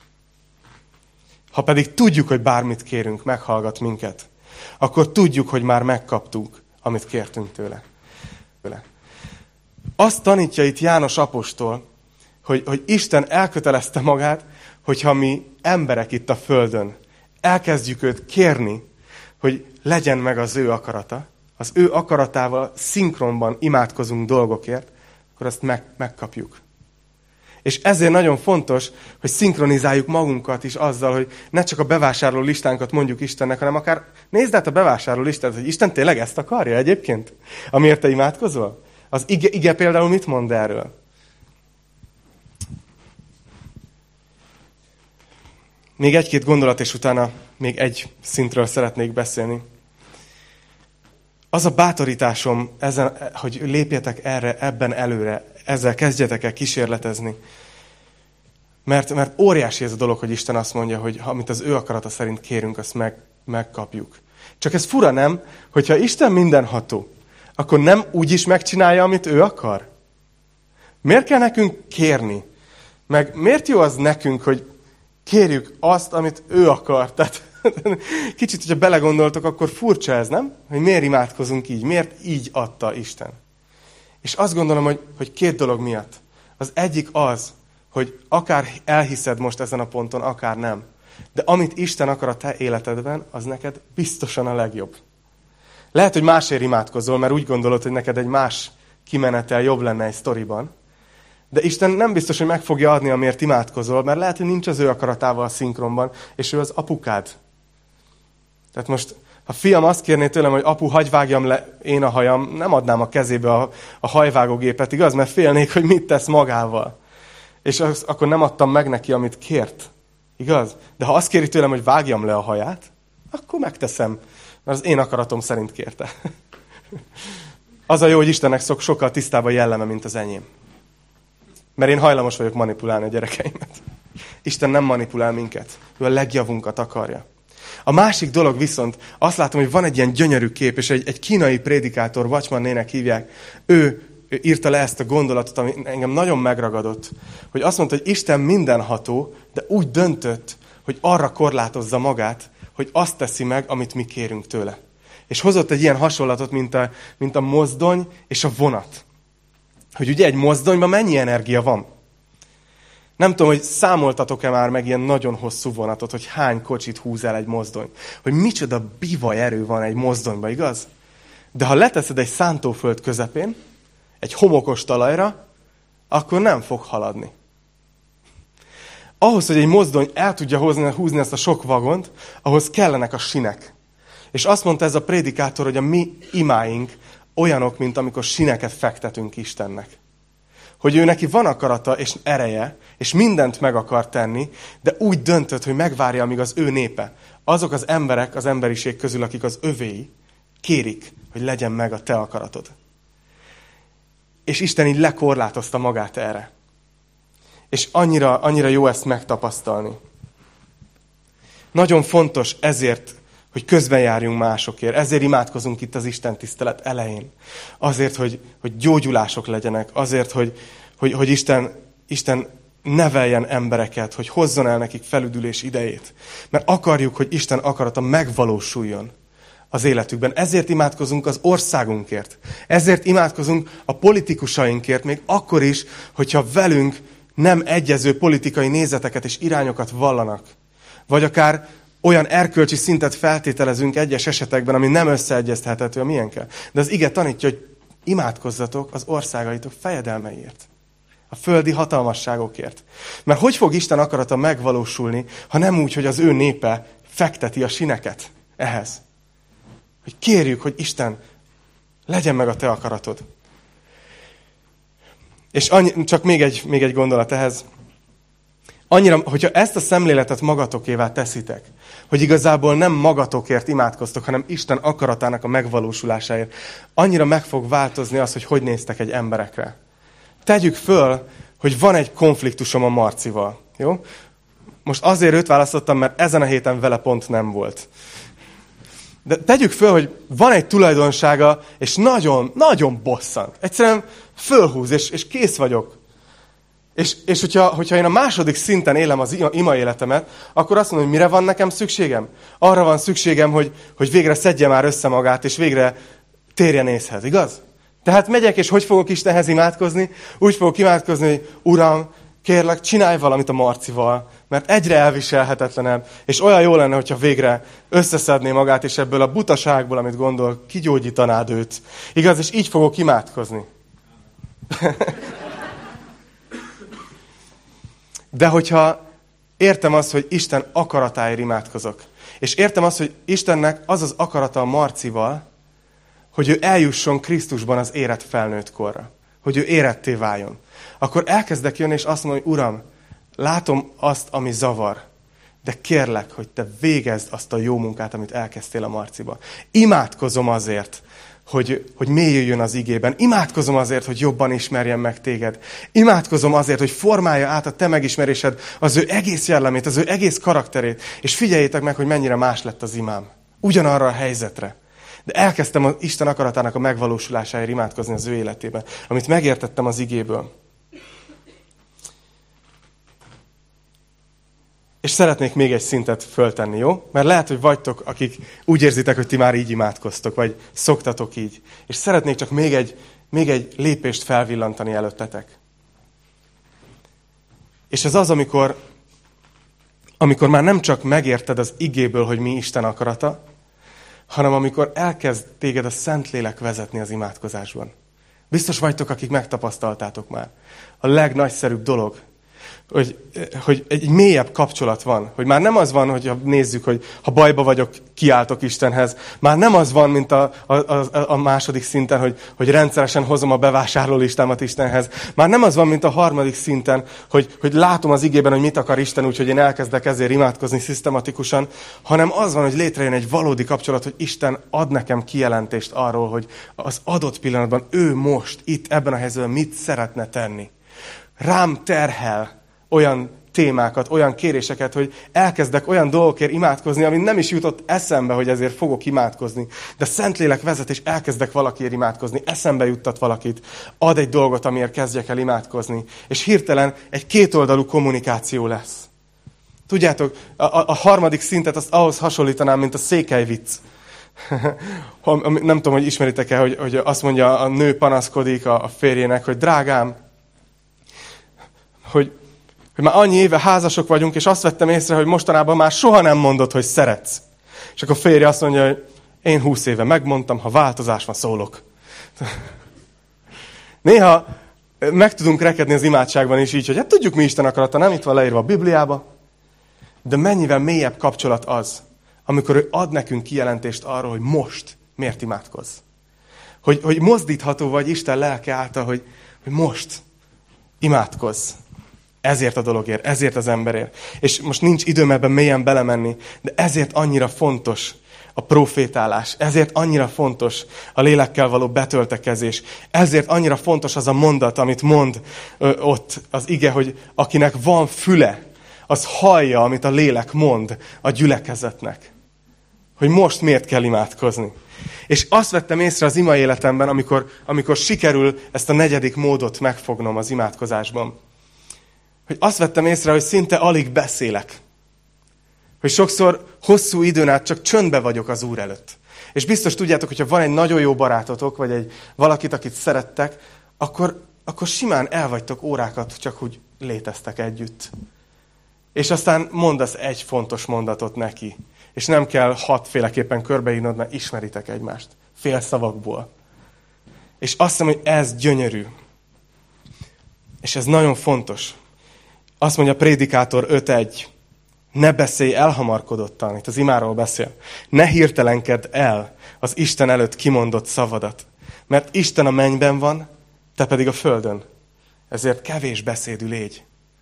Ha pedig tudjuk, hogy bármit kérünk, meghallgat minket, akkor tudjuk, hogy már megkaptuk, amit kértünk tőle. Azt tanítja itt János apostol, hogy Isten elkötelezte magát, hogyha mi emberek itt a földön elkezdjük őt kérni, hogy legyen meg az ő akarata, az ő akaratával szinkronban imádkozunk dolgokért, akkor azt megkapjuk. És ezért nagyon fontos, hogy szinkronizáljuk magunkat is azzal, hogy ne csak a bevásárló listánkat mondjuk Istennek, hanem akár nézd át a bevásárló listát, hogy Isten tényleg ezt akarja egyébként, amiért te imádkozol? Az ige például mit mond erről? Még egy-két gondolat, és utána még egy szintről szeretnék beszélni. Az a bátorításom, hogy lépjetek ebben előre, ezzel kezdjetek el kísérletezni. Mert óriási ez a dolog, hogy Isten azt mondja, hogy amit az ő akarata szerint kérünk, azt megkapjuk. Csak ez fura, nem? Hogyha Isten mindenható, akkor nem úgy is megcsinálja, amit ő akar? Miért kell nekünk kérni? Meg miért jó az nekünk, hogy kérjük azt, amit ő akar? Tehát kicsit, hogyha belegondoltok, akkor furcsa ez, nem? Hogy miért imádkozunk így? Miért így adta Isten? És azt gondolom, hogy két dolog miatt. Az egyik az, hogy akár elhiszed most ezen a ponton, akár nem. De amit Isten akar a te életedben, az neked biztosan a legjobb. Lehet, hogy másért imádkozol, mert úgy gondolod, hogy neked egy más kimenetel jobb lenne egy sztoriban. De Isten nem biztos, hogy meg fogja adni, amiért imádkozol, mert lehet, hogy nincs az ő akaratával szinkronban, és ő az apukád. Tehát most, ha fiam azt kérné tőlem, hogy apu, hagyj vágjam le én a hajam, nem adnám a kezébe a hajvágógépet, igaz? Mert félnék, hogy mit tesz magával. És akkor nem adtam meg neki, amit kért. Igaz? De ha azt kéri tőlem, hogy vágjam le a haját, akkor megteszem, mert az én akaratom szerint kérte. Az a jó, hogy Istennek sokkal tisztább a jelleme, mint az enyém. Mert én hajlamos vagyok manipulálni a gyerekeimet. Isten nem manipulál minket. Ő a legjavunkat akarja. A másik dolog viszont, azt látom, hogy van egy ilyen gyönyörű kép, és egy kínai prédikátor, Watchman nének hívják, ő írta le ezt a gondolatot, ami engem nagyon megragadott, hogy azt mondta, hogy Isten mindenható, de úgy döntött, hogy arra korlátozza magát, hogy azt teszi meg, amit mi kérünk tőle. És hozott egy ilyen hasonlatot, mint a mozdony és a vonat. Hogy ugye egy mozdonyban mennyi energia van? Nem tudom, hogy számoltatok-e már meg ilyen nagyon hosszú vonatot, hogy hány kocsit húz el egy mozdony. Hogy micsoda bivaj erő van egy mozdonyban, igaz? De ha leteszed egy szántóföld közepén, egy homokos talajra, akkor nem fog haladni. Ahhoz, hogy egy mozdony el tudja húzni ezt a sok vagont, ahhoz kellenek a sinek. És azt mondta ez a prédikátor, hogy a mi imáink olyanok, mint amikor sineket fektetünk Istennek. Hogy ő neki van akarata és ereje, és mindent meg akar tenni, de úgy döntött, hogy megvárja, amíg az ő népe, azok az emberek az emberiség közül, akik az övéi, kérik, hogy legyen meg a te akaratod. És Isten így lekorlátozta magát erre. És annyira jó ezt megtapasztalni. Nagyon fontos ezért, hogy közben járjunk másokért. Ezért imádkozunk itt az Isten tisztelet elején. Azért, hogy gyógyulások legyenek. Azért, hogy Isten neveljen embereket, hogy hozzon el nekik felüdülés idejét. Mert akarjuk, hogy Isten akarata megvalósuljon az életükben. Ezért imádkozunk az országunkért. Ezért imádkozunk a politikusainkért, még akkor is, hogyha velünk nem egyező politikai nézeteket és irányokat vallanak. Vagy akár olyan erkölcsi szintet feltételezünk egyes esetekben, ami nem összeegyeztethető a miénkkel. De az ige tanítja, hogy imádkozzatok az országaitok fejedelmeiért. A földi hatalmasságokért. Mert hogy fog Isten akarata megvalósulni, ha nem úgy, hogy az ő népe fekteti a sineket ehhez? Hogy kérjük, hogy Isten, legyen meg a te akaratod. És csak még egy gondolat ehhez. Annyira, hogyha ezt a szemléletet magatokévá teszitek, hogy igazából nem magatokért imádkoztok, hanem Isten akaratának a megvalósulásáért, annyira meg fog változni az, hogy néztek egy emberekre. Tegyük föl, hogy van egy konfliktusom a Marcival. Jó? Most azért őt választottam, mert ezen a héten vele pont nem volt. De tegyük föl, hogy van egy tulajdonsága, és nagyon, nagyon bosszant. Egyszerűen fölhúz, és kész vagyok. És hogyha én a második szinten élem az ima életemet, akkor azt mondom, hogy mire van nekem szükségem? Arra van szükségem, hogy végre szedje már össze magát, és végre térjen észhez, igaz? Tehát megyek, és hogy fogok Istenhez imádkozni? Úgy fogok imádkozni, hogy Uram, kérlek, csinálj valamit a Marcival, mert egyre elviselhetetlenebb, és olyan jó lenne, hogyha végre összeszedné magát, és ebből a butaságból, amit gondol, kigyógyítanád őt. Igaz? És így fogok imádkozni. De hogyha értem azt, hogy Isten akaratáért imádkozok, és értem azt, hogy Istennek az az akarata a Marcival, hogy ő eljusson Krisztusban az érett felnőtt korra, hogy ő éretté váljon, akkor elkezdek jönni, és azt mondom, hogy Uram, látom azt, ami zavar, de kérlek, hogy te végezd azt a jó munkát, amit elkezdtél a Marciba. Imádkozom azért, hogy mélyüljön az igében. Imádkozom azért, hogy jobban ismerjen meg téged. Imádkozom azért, hogy formálja át a te megismerésed az ő egész jellemét, az ő egész karakterét. És figyeljétek meg, hogy mennyire más lett az imám. Ugyanarra a helyzetre. De elkezdtem az Isten akaratának a megvalósulásáért imádkozni az ő életében, amit megértettem az igéből. És szeretnék még egy szintet föltenni, jó? Mert lehet, hogy vagytok, akik úgy érzitek, hogy ti már így imádkoztok, vagy szoktatok így. És szeretnék csak még egy lépést felvillantani előttetek. És ez az, amikor már nem csak megérted az igéből, hogy mi Isten akarata, hanem amikor elkezd téged a Szentlélek vezetni az imádkozásban. Biztos vagytok, akik megtapasztaltátok már. A legnagyszerűbb dolog, hogy egy mélyebb kapcsolat van. Hogy már nem az van, hogy nézzük, hogy ha bajba vagyok, kiáltok Istenhez. Már nem az van, mint a második szinten, hogy rendszeresen hozom a bevásárlólistámat Istenhez. Már nem az van, mint a harmadik szinten, hogy látom az igében, hogy mit akar Isten, úgyhogy én elkezdek ezért imádkozni szisztematikusan, hanem az van, hogy létrejön egy valódi kapcsolat, hogy Isten ad nekem kijelentést arról, hogy az adott pillanatban ő most, itt, ebben a helyzetben mit szeretne tenni. Rám terhel olyan témákat, olyan kéréseket, hogy elkezdek olyan dolgokért imádkozni, ami nem is jutott eszembe, hogy ezért fogok imádkozni. De Szentlélek vezet, és elkezdek valakiért imádkozni. Eszembe juttat valakit. Ad egy dolgot, amiért kezdjek el imádkozni. És hirtelen egy kétoldalú kommunikáció lesz. Tudjátok, a harmadik szintet azt ahhoz hasonlítanám, mint a székelyvicc. Nem tudom, hogy ismeritek-e, hogy azt mondja, a nő panaszkodik a férjének, hogy drágám, hogy már annyi éve házasok vagyunk, és azt vettem észre, hogy mostanában már soha nem mondod, hogy szeretsz. És akkor a férje azt mondja, hogy én 20 éve megmondtam, ha változás van, szólok. Néha meg tudunk rekedni az imádságban is így, hogy hát tudjuk mi Isten akarata, nem itt van leírva a Bibliába, de mennyivel mélyebb kapcsolat az, amikor ő ad nekünk kijelentést arról, hogy most miért imádkozz. Hogy mozdítható vagy Isten lelke által, hogy most imádkozz. Ezért a dologért, ezért az emberért. És most nincs időm ebben mélyen belemenni, de ezért annyira fontos a profétálás, ezért annyira fontos a lélekkel való betöltekezés, ezért annyira fontos az a mondat, amit mond ott az ige, hogy akinek van füle, az hallja, amit a lélek mond a gyülekezetnek. Hogy most miért kell imádkozni. És azt vettem észre az ima életemben, amikor sikerül ezt a negyedik módot megfognom az imádkozásban. Hogy azt vettem észre, hogy szinte alig beszélek. Hogy sokszor hosszú időn át csak csöndbe vagyok az Úr előtt. És biztos tudjátok, hogyha van egy nagyon jó barátotok, vagy valakit, akit szerettek, akkor simán elvagytok órákat, csak úgy léteztek együtt. És aztán mondasz egy fontos mondatot neki. És nem kell 6 féleképpen körbeírnod, mert ismeritek egymást. Fél szavakból. És azt hiszem, hogy ez gyönyörű. És ez nagyon fontos. Azt mondja Prédikátor 5.1. Ne beszélj elhamarkodottan, itt az imáról beszél. Ne hirtelenkedd el az Isten előtt kimondott szavadat. Mert Isten a mennyben van, te pedig a földön. Ezért kevés beszédű légy.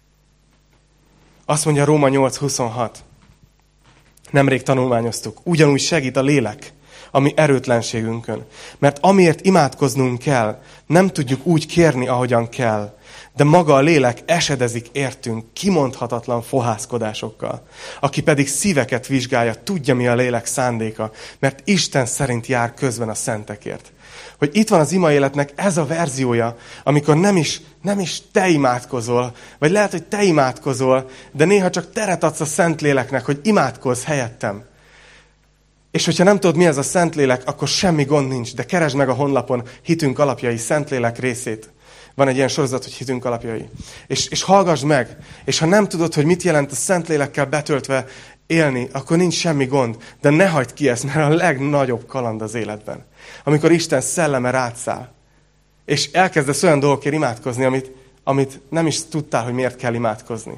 Azt mondja Róma 8.26. Nemrég tanulmányoztuk. Ugyanúgy segít a lélek a mi erőtlenségünkön. Mert amiért imádkoznunk kell, nem tudjuk úgy kérni, ahogyan kell. de maga a lélek esedezik értünk kimondhatatlan fohászkodásokkal. Aki pedig szíveket vizsgálja, tudja, mi a lélek szándéka, mert Isten szerint jár közben a szentekért. Hogy itt van az ima életnek ez a verziója, amikor nem is te imádkozol, vagy lehet, hogy te imádkozol, de néha csak teret adsz a Szentléleknek, hogy imádkozz helyettem. És hogyha nem tudod, mi ez a Szentlélek, akkor semmi gond nincs, de keresd meg a honlapon Hitünk alapjai, Szentlélek részét. Van egy ilyen sorozat, hogy Hitünk alapjai. És hallgassd meg, és ha nem tudod, hogy mit jelent a Szentlélekkel betöltve élni, akkor nincs semmi gond, de ne hagyd ki ezt, mert a legnagyobb kaland az életben. Amikor Isten szelleme rád száll, és elkezdesz olyan dolgokért imádkozni, amit nem is tudtál, hogy miért kell imádkozni.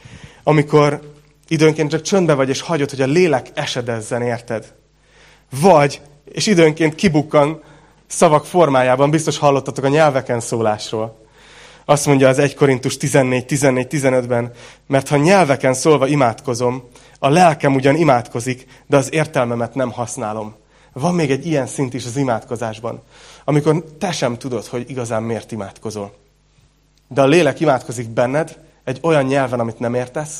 Amikor időnként csak csöndbe vagy, és hagyod, hogy a lélek esedezzen, érted? Vagy, és időnként kibukkan szavak formájában, biztos hallottatok a nyelveken szólásról. Azt mondja az 1 Korintus 14-15-ben, mert ha nyelveken szólva imádkozom, a lelkem ugyan imádkozik, de az értelmemet nem használom. Van még egy ilyen szint is az imádkozásban, amikor te sem tudod, hogy igazán miért imádkozol. De a lélek imádkozik benned egy olyan nyelven, amit nem értesz,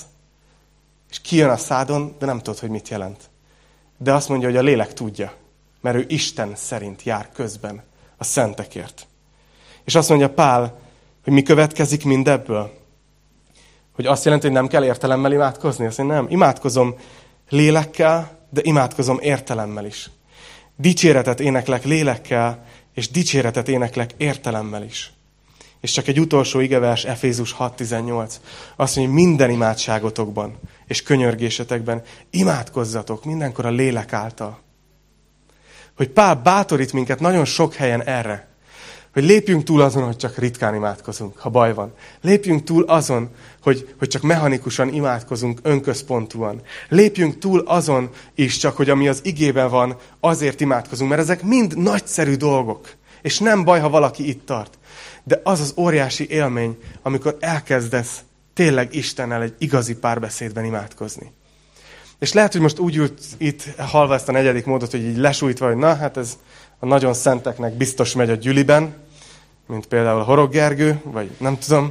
és kijön a szádon, de nem tudod, hogy mit jelent. De azt mondja, hogy a lélek tudja, mert ő Isten szerint jár közben a szentekért. És azt mondja Pál, hogy mi következik mindebből. Hogy azt jelenti, hogy nem kell értelemmel imádkozni? Azt mondja, nem, imádkozom lélekkel, de imádkozom értelemmel is. Dicséretet éneklek lélekkel, és dicséretet éneklek értelemmel is. És csak egy utolsó igevers, Efézus 6.18. Azt mondja, hogy minden imádságotokban és könyörgésetekben imádkozzatok mindenkor a lélek által. Hogy Pál bátorít minket nagyon sok helyen erre, hogy lépjünk túl azon, hogy csak ritkán imádkozunk, ha baj van. Lépjünk túl azon, hogy csak mechanikusan imádkozunk, önközpontúan. Lépjünk túl azon is csak, hogy ami az igében van, azért imádkozunk, mert ezek mind nagyszerű dolgok. És nem baj, ha valaki itt tart. De az az óriási élmény, amikor elkezdesz tényleg Istennel egy igazi párbeszédben imádkozni. És lehet, hogy most úgy ült itt, hallva ezt a 4. módot, hogy így lesújtva, hogy na, hát ez a nagyon szenteknek biztos megy a gyüliben, mint például a Horog Gergő, vagy nem tudom.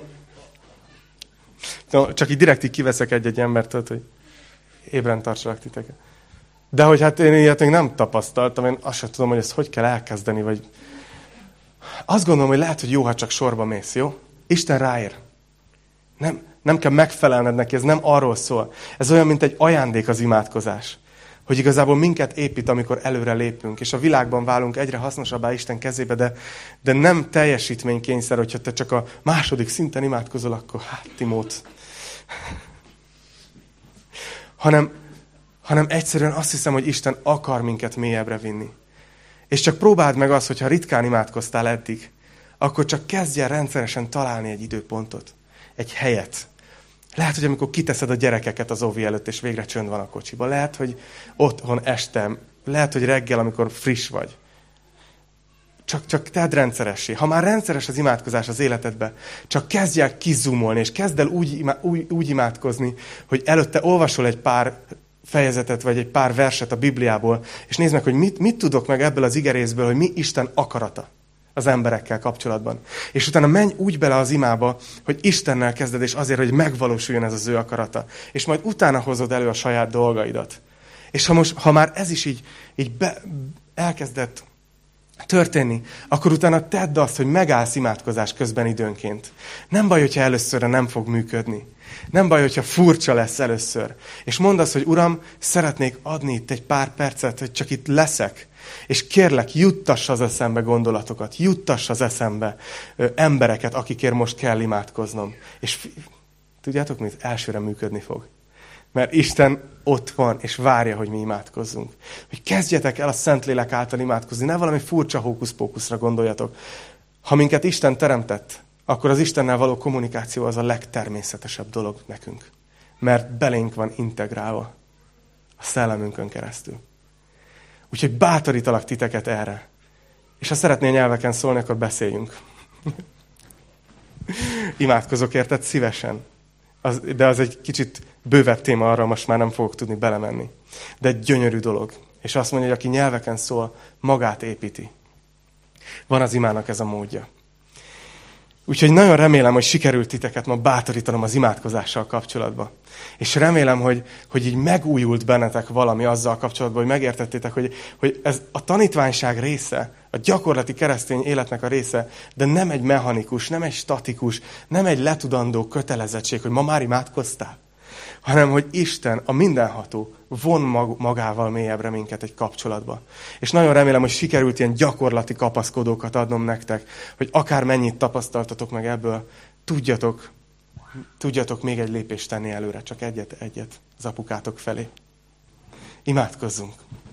Csak így direkt így kiveszek egy-egy embert, hogy ébren tartsalak titeket. De hogy hát én ilyet még nem tapasztaltam, én azt sem tudom, hogy ezt hogy kell elkezdeni, vagy... Azt gondolom, hogy lehet, hogy jó, ha csak sorba mész, jó? Isten ráér. Nem kell megfelelned neki, ez nem arról szól. Ez olyan, mint egy ajándék az imádkozás. Hogy igazából minket épít, amikor előre lépünk, és a világban válunk egyre hasznosabbá Isten kezébe, de nem teljesítménykényszer, hogyha te csak a 2. szinten imádkozol, akkor hát Timót. Hanem egyszerűen azt hiszem, hogy Isten akar minket mélyebbre vinni. És csak próbáld meg azt, hogyha ritkán imádkoztál eddig, akkor csak kezdj el rendszeresen találni egy időpontot, egy helyet. Lehet, hogy amikor kiteszed a gyerekeket az óvi előtt, és végre csönd van a kocsiba. Lehet, hogy otthon este, lehet, hogy reggel, amikor friss vagy. Csak tedd rendszeressé. Ha már rendszeres az imádkozás az életedbe, csak kezdj el kizumolni, és kezd el úgy imádkozni, hogy előtte olvasol egy pár fejezetet, vagy egy pár verset a Bibliából, és nézd meg, hogy mit tudok meg ebből az igerészből, hogy mi Isten akarata az emberekkel kapcsolatban. És utána menj úgy bele az imába, hogy Istennel kezded, és azért, hogy megvalósuljon ez az ő akarata. És majd utána hozod elő a saját dolgaidat. És ha már ez is így elkezdett történni, akkor utána tedd azt, hogy megállsz imádkozás közben időnként. Nem baj, hogyha előszörre nem fog működni. Nem baj, hogyha furcsa lesz először. És mondd azt, hogy Uram, szeretnék adni itt egy pár percet, hogy csak itt leszek. És kérlek, juttass az eszembe gondolatokat, juttass az eszembe embereket, akikért most kell imádkoznom. És tudjátok mit? Elsőre működni fog. Mert Isten ott van, és várja, hogy mi imádkozzunk. Hogy kezdjetek el a Szentlélek által imádkozni, ne valami furcsa hókusz-pókuszra gondoljatok. Ha minket Isten teremtett, akkor az Istennel való kommunikáció az a legtermészetesebb dolog nekünk. Mert belénk van integrálva a szellemünkön keresztül. Úgyhogy bátorítalak titeket erre. És ha szeretnél nyelveken szólni, akkor beszéljünk. Imádkozok érted szívesen. De az egy kicsit bővebb téma, arra most már nem fogok tudni belemenni. De egy gyönyörű dolog. És azt mondja, hogy aki nyelveken szól, magát építi. Van az imának ez a módja. Úgyhogy nagyon remélem, hogy sikerült titeket ma bátorítanom az imádkozással kapcsolatban. És remélem, hogy így megújult bennetek valami azzal kapcsolatban, hogy megértettétek, hogy ez a tanítványság része, a gyakorlati keresztény életnek a része, de nem egy mechanikus, nem egy statikus, nem egy letudandó kötelezettség, hogy ma már imádkoztál, hanem hogy Isten, a mindenható, von magával mélyebbre minket egy kapcsolatba. És nagyon remélem, hogy sikerült ilyen gyakorlati kapaszkodókat adnom nektek, hogy akár mennyit tapasztaltatok meg ebből, tudjatok még egy lépést tenni előre, csak egyet az apukátok felé. Imádkozzunk!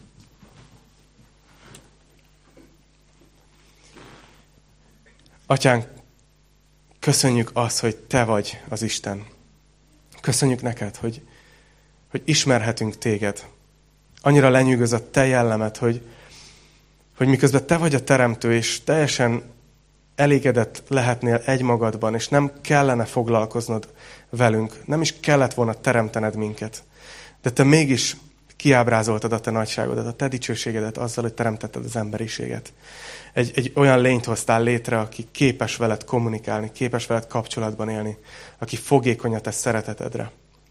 Atyánk, köszönjük azt, hogy Te vagy az Isten. Köszönjük neked, hogy ismerhetünk téged. Annyira lenyűgöz a te jellemed, hogy miközben te vagy a teremtő, és teljesen elégedett lehetnél egymagadban, és nem kellene foglalkoznod velünk, nem is kellett volna teremtened minket. De te mégis kiábrázoltad a te nagyságodat, a te dicsőségedet azzal, hogy teremtetted az emberiséget. Egy olyan lényt hoztál létre, aki képes veled kommunikálni, képes veled kapcsolatban élni, aki fogékony a te szeretetedre.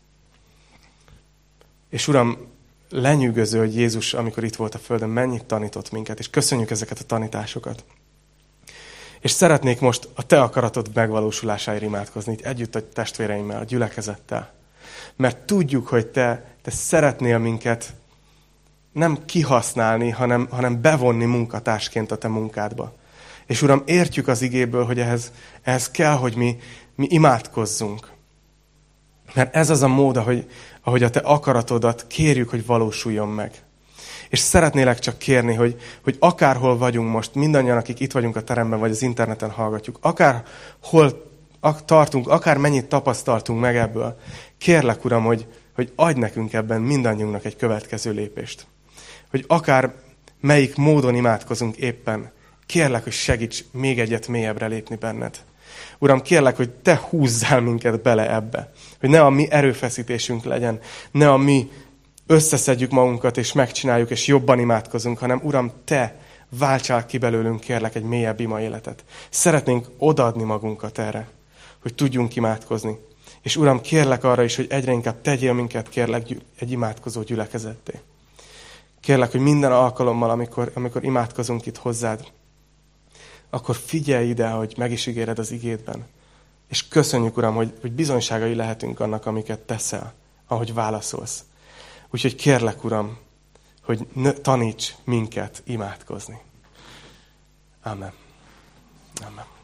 És Uram, lenyűgöző, hogy Jézus, amikor itt volt a földön, mennyit tanított minket, és köszönjük ezeket a tanításokat. És szeretnék most a te akaratod megvalósulásáért imádkozni, itt együtt a testvéreimmel, a gyülekezettel. Mert tudjuk, hogy te szeretnél minket nem kihasználni, hanem bevonni munkatársként a te munkádba. És Uram, értjük az igéből, hogy ehhez kell, hogy mi imádkozzunk. Mert ez az a mód, ahogy a te akaratodat kérjük, hogy valósuljon meg. És szeretnélek csak kérni, hogy akárhol vagyunk most, mindannyian, akik itt vagyunk a teremben, vagy az interneten hallgatjuk, akárhol tartunk, akár mennyit tapasztaltunk meg ebből, kérlek, Uram, hogy adj nekünk ebben mindannyiunknak egy következő lépést. Hogy akár melyik módon imádkozunk éppen, kérlek, hogy segíts még egyet mélyebbre lépni benned. Uram, kérlek, hogy te húzzál minket bele ebbe. Hogy ne a mi erőfeszítésünk legyen, ne a mi összeszedjük magunkat, és megcsináljuk, és jobban imádkozunk, hanem Uram, te váltsál ki belőlünk, kérlek, egy mélyebb ima életet. Szeretnénk odaadni magunkat erre, hogy tudjunk imádkozni. És Uram, kérlek arra is, hogy egyre inkább tegyél minket, kérlek, egy imádkozó gyülekezetté. Kérlek, hogy minden alkalommal, amikor imádkozunk itt hozzád, akkor figyelj ide, hogy meg is ígéred az igédben. És köszönjük, Uram, hogy bizonyságai lehetünk annak, amiket teszel, ahogy válaszolsz. Úgyhogy kérlek, Uram, hogy taníts minket imádkozni. Amen. Amen.